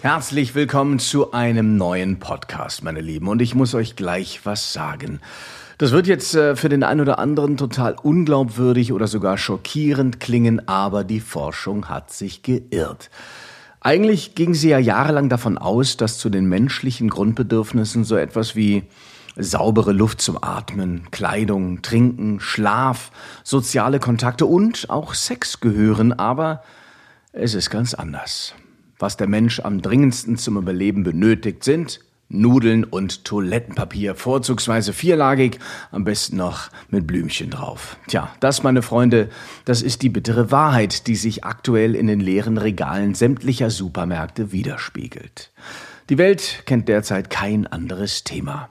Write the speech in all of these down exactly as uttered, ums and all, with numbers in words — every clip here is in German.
Herzlich willkommen zu einem neuen Podcast, meine Lieben. Und ich muss euch gleich was sagen. Das wird jetzt äh, für den einen oder anderen total unglaubwürdig oder sogar schockierend klingen, aber die Forschung hat sich geirrt. Eigentlich ging sie ja jahrelang davon aus, dass zu den menschlichen Grundbedürfnissen so etwas wie saubere Luft zum Atmen, Kleidung, Trinken, Schlaf, soziale Kontakte und auch Sex gehören, aber es ist ganz anders. Was der Mensch am dringendsten zum Überleben benötigt, sind Nudeln und Toilettenpapier, vorzugsweise vierlagig, am besten noch mit Blümchen drauf. Tja, das, meine Freunde, das ist die bittere Wahrheit, die sich aktuell in den leeren Regalen sämtlicher Supermärkte widerspiegelt. Die Welt kennt derzeit kein anderes Thema.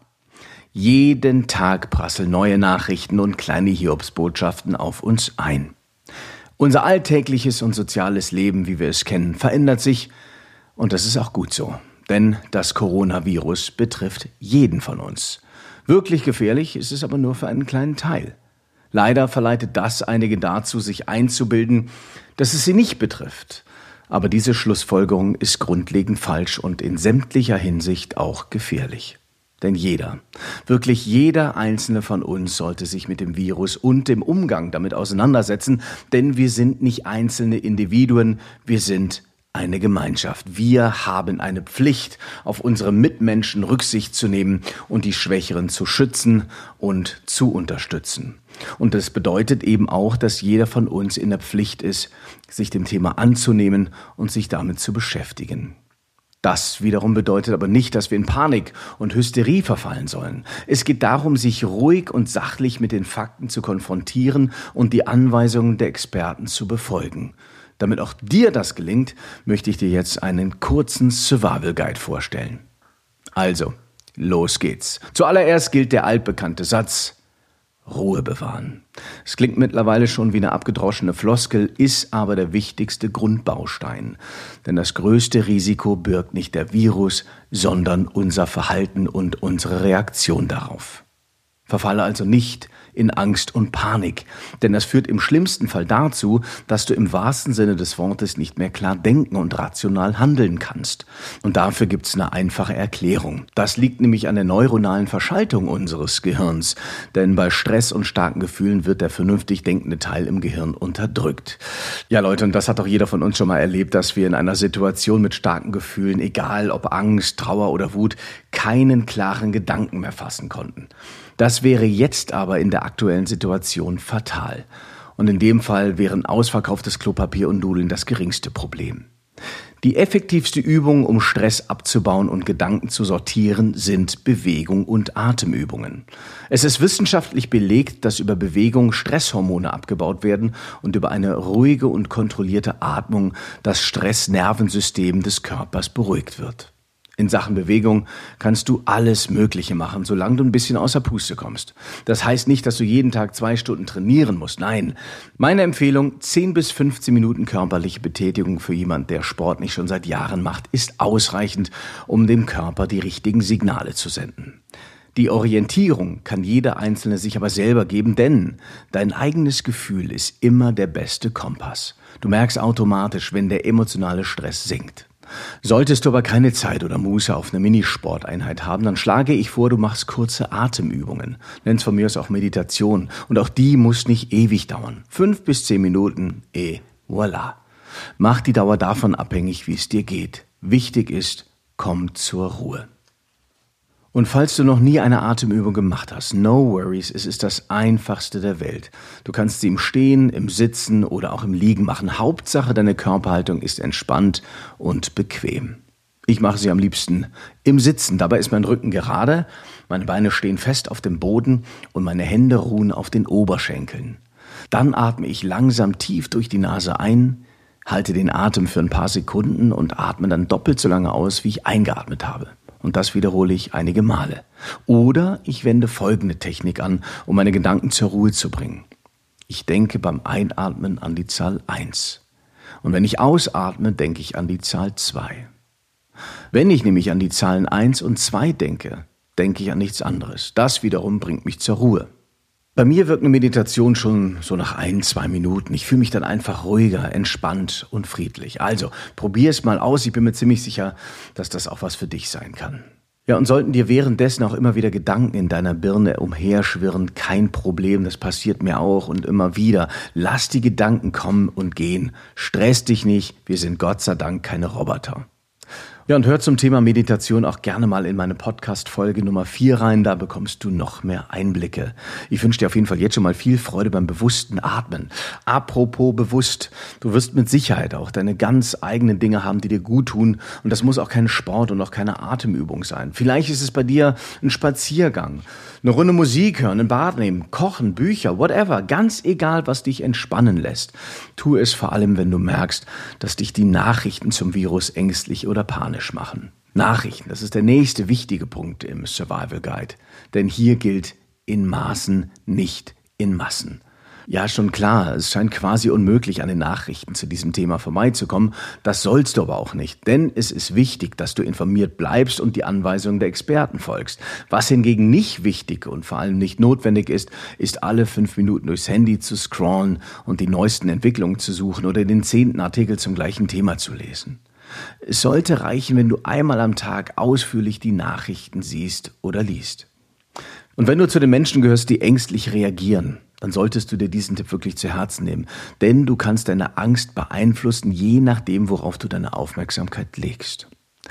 Jeden Tag prasseln neue Nachrichten und kleine Hiobsbotschaften auf uns ein. Unser alltägliches und soziales Leben, wie wir es kennen, verändert sich und das ist auch gut so. Denn das Coronavirus betrifft jeden von uns. Wirklich gefährlich ist es aber nur für einen kleinen Teil. Leider verleitet das einige dazu, sich einzubilden, dass es sie nicht betrifft. Aber diese Schlussfolgerung ist grundlegend falsch und in sämtlicher Hinsicht auch gefährlich. Denn jeder, wirklich jeder einzelne von uns sollte sich mit dem Virus und dem Umgang damit auseinandersetzen, denn wir sind nicht einzelne Individuen, wir sind eine Gemeinschaft. Wir haben eine Pflicht, auf unsere Mitmenschen Rücksicht zu nehmen und die Schwächeren zu schützen und zu unterstützen. Und das bedeutet eben auch, dass jeder von uns in der Pflicht ist, sich dem Thema anzunehmen und sich damit zu beschäftigen. Das wiederum bedeutet aber nicht, dass wir in Panik und Hysterie verfallen sollen. Es geht darum, sich ruhig und sachlich mit den Fakten zu konfrontieren und die Anweisungen der Experten zu befolgen. Damit auch dir das gelingt, möchte ich dir jetzt einen kurzen Survival Guide vorstellen. Also, los geht's. Zuallererst gilt der altbekannte Satz: Ruhe bewahren. Es klingt mittlerweile schon wie eine abgedroschene Floskel, ist aber der wichtigste Grundbaustein. Denn das größte Risiko birgt nicht der Virus, sondern unser Verhalten und unsere Reaktion darauf. Verfalle also nicht in Angst und Panik, denn das führt im schlimmsten Fall dazu, dass du im wahrsten Sinne des Wortes nicht mehr klar denken und rational handeln kannst. Und dafür gibt's eine einfache Erklärung. Das liegt nämlich an der neuronalen Verschaltung unseres Gehirns, denn bei Stress und starken Gefühlen wird der vernünftig denkende Teil im Gehirn unterdrückt. Ja Leute, und das hat doch jeder von uns schon mal erlebt, dass wir in einer Situation mit starken Gefühlen, egal ob Angst, Trauer oder Wut, keinen klaren Gedanken mehr fassen konnten. Das wäre jetzt aber in der aktuellen Situation fatal. Und in dem Fall wären ausverkauftes Klopapier und Nudeln das geringste Problem. Die effektivste Übung, um Stress abzubauen und Gedanken zu sortieren, sind Bewegung und Atemübungen. Es ist wissenschaftlich belegt, dass über Bewegung Stresshormone abgebaut werden und über eine ruhige und kontrollierte Atmung das Stressnervensystem des Körpers beruhigt wird. In Sachen Bewegung kannst du alles Mögliche machen, solange du ein bisschen außer Puste kommst. Das heißt nicht, dass du jeden Tag zwei Stunden trainieren musst. Nein, meine Empfehlung, zehn bis fünfzehn Minuten körperliche Betätigung für jemand, der Sport nicht schon seit Jahren macht, ist ausreichend, um dem Körper die richtigen Signale zu senden. Die Orientierung kann jeder Einzelne sich aber selber geben, denn dein eigenes Gefühl ist immer der beste Kompass. Du merkst automatisch, wenn der emotionale Stress sinkt. Solltest du aber keine Zeit oder Muße auf eine Minisporteinheit haben, dann schlage ich vor, du machst kurze Atemübungen. Nenn's von mir aus auch Meditation. Und auch die muss nicht ewig dauern. Fünf bis zehn Minuten, et voilà. Mach die Dauer davon abhängig, wie es dir geht. Wichtig ist, komm zur Ruhe. Und falls du noch nie eine Atemübung gemacht hast, no worries, es ist das einfachste der Welt. Du kannst sie im Stehen, im Sitzen oder auch im Liegen machen. Hauptsache, deine Körperhaltung ist entspannt und bequem. Ich mache sie am liebsten im Sitzen. Dabei ist mein Rücken gerade, meine Beine stehen fest auf dem Boden und meine Hände ruhen auf den Oberschenkeln. Dann atme ich langsam tief durch die Nase ein, halte den Atem für ein paar Sekunden und atme dann doppelt so lange aus, wie ich eingeatmet habe. Und das wiederhole ich einige Male. Oder ich wende folgende Technik an, um meine Gedanken zur Ruhe zu bringen. Ich denke beim Einatmen an die Zahl eins. Und wenn ich ausatme, denke ich an die Zahl zwei. Wenn ich nämlich an die Zahlen eins und zwei denke, denke ich an nichts anderes. Das wiederum bringt mich zur Ruhe. Bei mir wirkt eine Meditation schon so nach ein, zwei Minuten. Ich fühle mich dann einfach ruhiger, entspannt und friedlich. Also, probier es mal aus. Ich bin mir ziemlich sicher, dass das auch was für dich sein kann. Ja, und sollten dir währenddessen auch immer wieder Gedanken in deiner Birne umherschwirren, kein Problem, das passiert mir auch und immer wieder. Lass die Gedanken kommen und gehen. Stress dich nicht, wir sind Gott sei Dank keine Roboter. Ja, und hör zum Thema Meditation auch gerne mal in meine Podcast-Folge Nummer vier rein, da bekommst du noch mehr Einblicke. Ich wünsche dir auf jeden Fall jetzt schon mal viel Freude beim bewussten Atmen. Apropos bewusst, du wirst mit Sicherheit auch deine ganz eigenen Dinge haben, die dir gut tun, und das muss auch kein Sport und auch keine Atemübung sein. Vielleicht ist es bei dir ein Spaziergang, eine Runde Musik hören, ein Bad nehmen, kochen, Bücher, whatever, ganz egal, was dich entspannen lässt. Tu es vor allem, wenn du merkst, dass dich die Nachrichten zum Virus ängstlich oder panisch machen. Nachrichten, das ist der nächste wichtige Punkt im Survival Guide. Denn hier gilt in Maßen, nicht in Massen. Ja, schon klar, es scheint quasi unmöglich, an den Nachrichten zu diesem Thema vorbeizukommen. Das sollst du aber auch nicht, denn es ist wichtig, dass du informiert bleibst und die Anweisungen der Experten folgst. Was hingegen nicht wichtig und vor allem nicht notwendig ist, ist alle fünf Minuten durchs Handy zu scrollen und die neuesten Entwicklungen zu suchen oder den zehnten Artikel zum gleichen Thema zu lesen. Es sollte reichen, wenn du einmal am Tag ausführlich die Nachrichten siehst oder liest. Und wenn du zu den Menschen gehörst, die ängstlich reagieren, dann solltest du dir diesen Tipp wirklich zu Herzen nehmen. Denn du kannst deine Angst beeinflussen, je nachdem, worauf du deine Aufmerksamkeit legst.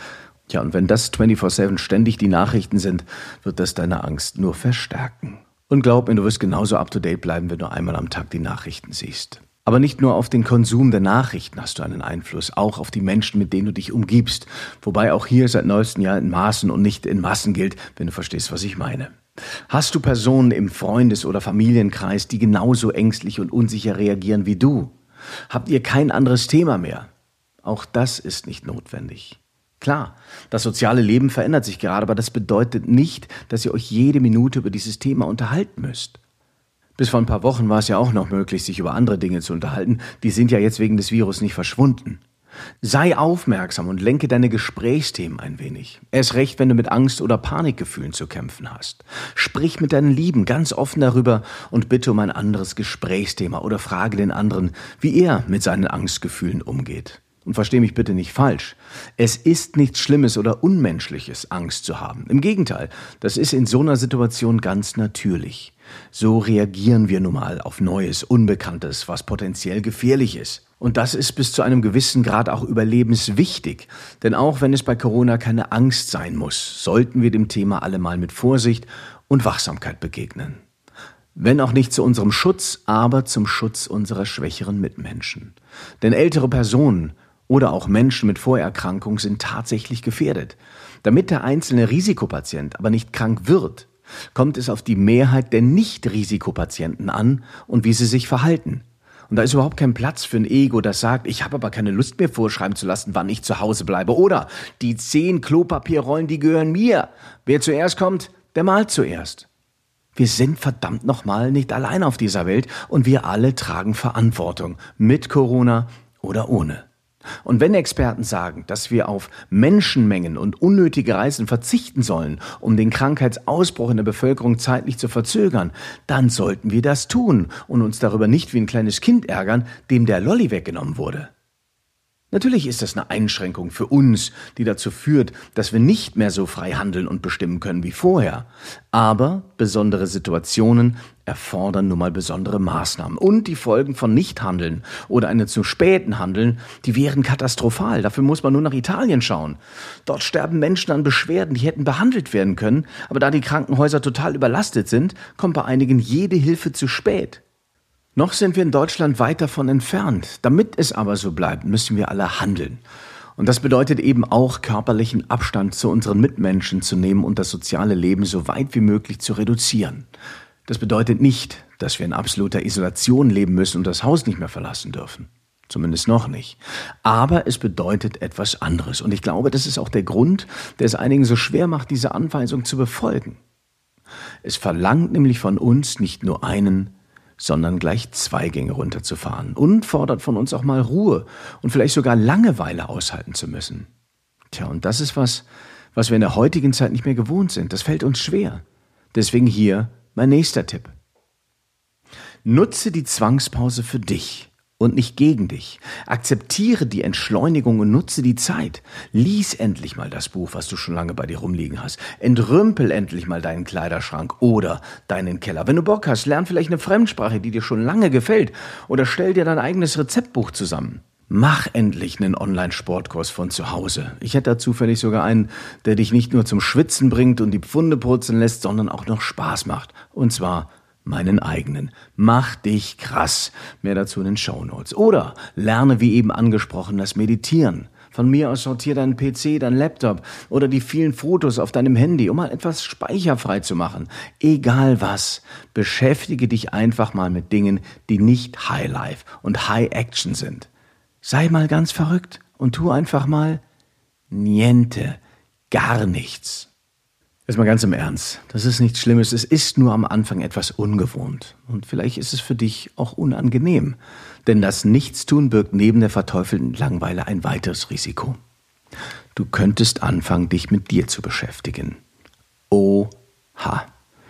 Ja, und wenn das vierundzwanzig sieben ständig die Nachrichten sind, wird das deine Angst nur verstärken. Und glaub mir, du wirst genauso up-to-date bleiben, wenn du einmal am Tag die Nachrichten siehst. Aber nicht nur auf den Konsum der Nachrichten hast du einen Einfluss, auch auf die Menschen, mit denen du dich umgibst. Wobei auch hier seit neuestem Jahr in Maßen und nicht in Massen gilt, wenn du verstehst, was ich meine. Hast du Personen im Freundes- oder Familienkreis, die genauso ängstlich und unsicher reagieren wie du? Habt ihr kein anderes Thema mehr? Auch das ist nicht notwendig. Klar, das soziale Leben verändert sich gerade, aber das bedeutet nicht, dass ihr euch jede Minute über dieses Thema unterhalten müsst. Bis vor ein paar Wochen war es ja auch noch möglich, sich über andere Dinge zu unterhalten. Die sind ja jetzt wegen des Virus nicht verschwunden. Sei aufmerksam und lenke deine Gesprächsthemen ein wenig. Erst recht, wenn du mit Angst- oder Panikgefühlen zu kämpfen hast. Sprich mit deinen Lieben ganz offen darüber und bitte um ein anderes Gesprächsthema oder frage den anderen, wie er mit seinen Angstgefühlen umgeht. Und versteh mich bitte nicht falsch. Es ist nichts Schlimmes oder Unmenschliches, Angst zu haben. Im Gegenteil, das ist in so einer Situation ganz natürlich. So reagieren wir nun mal auf Neues, Unbekanntes, was potenziell gefährlich ist. Und das ist bis zu einem gewissen Grad auch überlebenswichtig. Denn auch wenn es bei Corona keine Angst sein muss, sollten wir dem Thema alle mal mit Vorsicht und Wachsamkeit begegnen. Wenn auch nicht zu unserem Schutz, aber zum Schutz unserer schwächeren Mitmenschen. Denn ältere Personen oder auch Menschen mit Vorerkrankungen sind tatsächlich gefährdet. Damit der einzelne Risikopatient aber nicht krank wird, kommt es auf die Mehrheit der Nicht-Risikopatienten an und wie sie sich verhalten. Und da ist überhaupt kein Platz für ein Ego, das sagt, ich habe aber keine Lust, mir vorschreiben zu lassen, wann ich zu Hause bleibe. Oder die zehn Klopapierrollen, die gehören mir. Wer zuerst kommt, der malt zuerst. Wir sind verdammt nochmal nicht allein auf dieser Welt und wir alle tragen Verantwortung, mit Corona oder ohne. Und wenn Experten sagen, dass wir auf Menschenmengen und unnötige Reisen verzichten sollen, um den Krankheitsausbruch in der Bevölkerung zeitlich zu verzögern, dann sollten wir das tun und uns darüber nicht wie ein kleines Kind ärgern, dem der Lolli weggenommen wurde. Natürlich ist das eine Einschränkung für uns, die dazu führt, dass wir nicht mehr so frei handeln und bestimmen können wie vorher. Aber besondere Situationen erfordern nun mal besondere Maßnahmen. Und die Folgen von Nichthandeln oder einem zu späten Handeln, die wären katastrophal. Dafür muss man nur nach Italien schauen. Dort sterben Menschen an Beschwerden, die hätten behandelt werden können. Aber da die Krankenhäuser total überlastet sind, kommt bei einigen jede Hilfe zu spät. Noch sind wir in Deutschland weit davon entfernt. Damit es aber so bleibt, müssen wir alle handeln. Und das bedeutet eben auch, körperlichen Abstand zu unseren Mitmenschen zu nehmen und das soziale Leben so weit wie möglich zu reduzieren. Das bedeutet nicht, dass wir in absoluter Isolation leben müssen und das Haus nicht mehr verlassen dürfen. Zumindest noch nicht. Aber es bedeutet etwas anderes. Und ich glaube, das ist auch der Grund, der es einigen so schwer macht, diese Anweisung zu befolgen. Es verlangt nämlich von uns nicht nur einen, sondern gleich zwei Gänge runterzufahren und fordert von uns auch mal Ruhe und vielleicht sogar Langeweile aushalten zu müssen. Tja, und das ist was, was wir in der heutigen Zeit nicht mehr gewohnt sind. Das fällt uns schwer. Deswegen hier mein nächster Tipp. Nutze die Zwangspause für dich und nicht gegen dich. Akzeptiere die Entschleunigung und nutze die Zeit. Lies endlich mal das Buch, was du schon lange bei dir rumliegen hast. Entrümpel endlich mal deinen Kleiderschrank oder deinen Keller. Wenn du Bock hast, lern vielleicht eine Fremdsprache, die dir schon lange gefällt, oder stell dir dein eigenes Rezeptbuch zusammen. Mach endlich einen Online-Sportkurs von zu Hause. Ich hätte da zufällig sogar einen, der dich nicht nur zum Schwitzen bringt und die Pfunde purzeln lässt, sondern auch noch Spaß macht. Und zwar meinen eigenen. Mach dich krass. Mehr dazu in den Shownotes. Oder lerne, wie eben angesprochen, das Meditieren. Von mir aus sortier deinen P C, deinen Laptop oder die vielen Fotos auf deinem Handy, um mal etwas speicherfrei zu machen. Egal was, beschäftige dich einfach mal mit Dingen, die nicht High-Life und High-Action sind. Sei mal ganz verrückt und tu einfach mal niente, gar nichts. Jetzt mal ganz im Ernst, das ist nichts Schlimmes, es ist nur am Anfang etwas ungewohnt und vielleicht ist es für dich auch unangenehm, denn das Nichtstun birgt neben der verteufelten Langeweile ein weiteres Risiko. Du könntest anfangen, dich mit dir zu beschäftigen. Oha,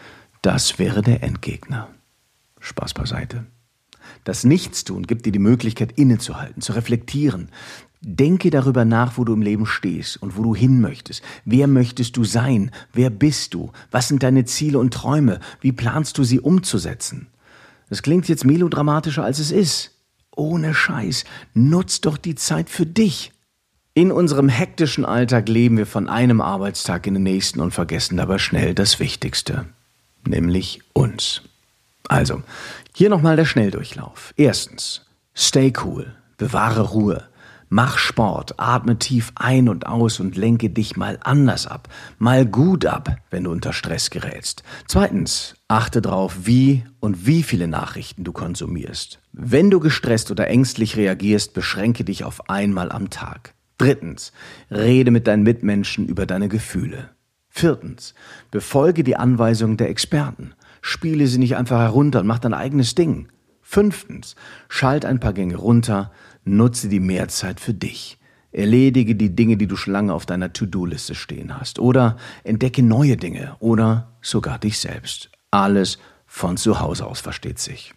das wäre der Endgegner. Spaß beiseite. Das Nichtstun gibt dir die Möglichkeit, innezuhalten, zu reflektieren. Denke darüber nach, wo du im Leben stehst und wo du hin möchtest. Wer möchtest du sein? Wer bist du? Was sind deine Ziele und Träume? Wie planst du sie umzusetzen? Das klingt jetzt melodramatischer, als es ist. Ohne Scheiß, nutz doch die Zeit für dich. In unserem hektischen Alltag leben wir von einem Arbeitstag in den nächsten und vergessen dabei schnell das Wichtigste, nämlich uns. Also, hier nochmal der Schnelldurchlauf. Erstens, stay cool, bewahre Ruhe. Mach Sport, atme tief ein und aus und lenke dich mal anders ab, mal gut ab, wenn du unter Stress gerätst. Zweitens, achte drauf, wie und wie viele Nachrichten du konsumierst. Wenn du gestresst oder ängstlich reagierst, beschränke dich auf einmal am Tag. Drittens, rede mit deinen Mitmenschen über deine Gefühle. Viertens, befolge die Anweisungen der Experten. Spiele sie nicht einfach herunter und mach dein eigenes Ding. Fünftens, schalt ein paar Gänge runter, nutze die Mehrzeit für dich. Erledige die Dinge, die du schon lange auf deiner To-Do-Liste stehen hast. Oder entdecke neue Dinge oder sogar dich selbst. Alles von zu Hause aus, versteht sich.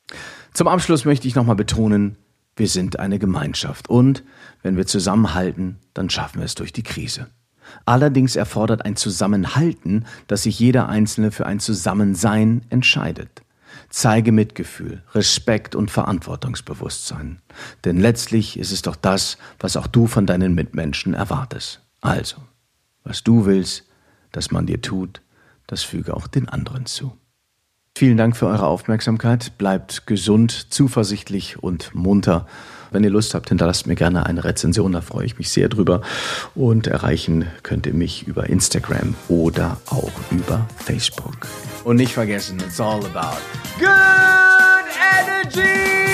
Zum Abschluss möchte ich nochmal betonen, wir sind eine Gemeinschaft und wenn wir zusammenhalten, dann schaffen wir es durch die Krise. Allerdings erfordert ein Zusammenhalten, dass sich jeder Einzelne für ein Zusammensein entscheidet. Zeige Mitgefühl, Respekt und Verantwortungsbewusstsein. Denn letztlich ist es doch das, was auch du von deinen Mitmenschen erwartest. Also, was du willst, dass man dir tut, das füge auch den anderen zu. Vielen Dank für eure Aufmerksamkeit. Bleibt gesund, zuversichtlich und munter. Wenn ihr Lust habt, hinterlasst mir gerne eine Rezension, da freue ich mich sehr drüber. Und erreichen könnt ihr mich über Instagram oder auch über Facebook. Und nicht vergessen, it's all about good energy!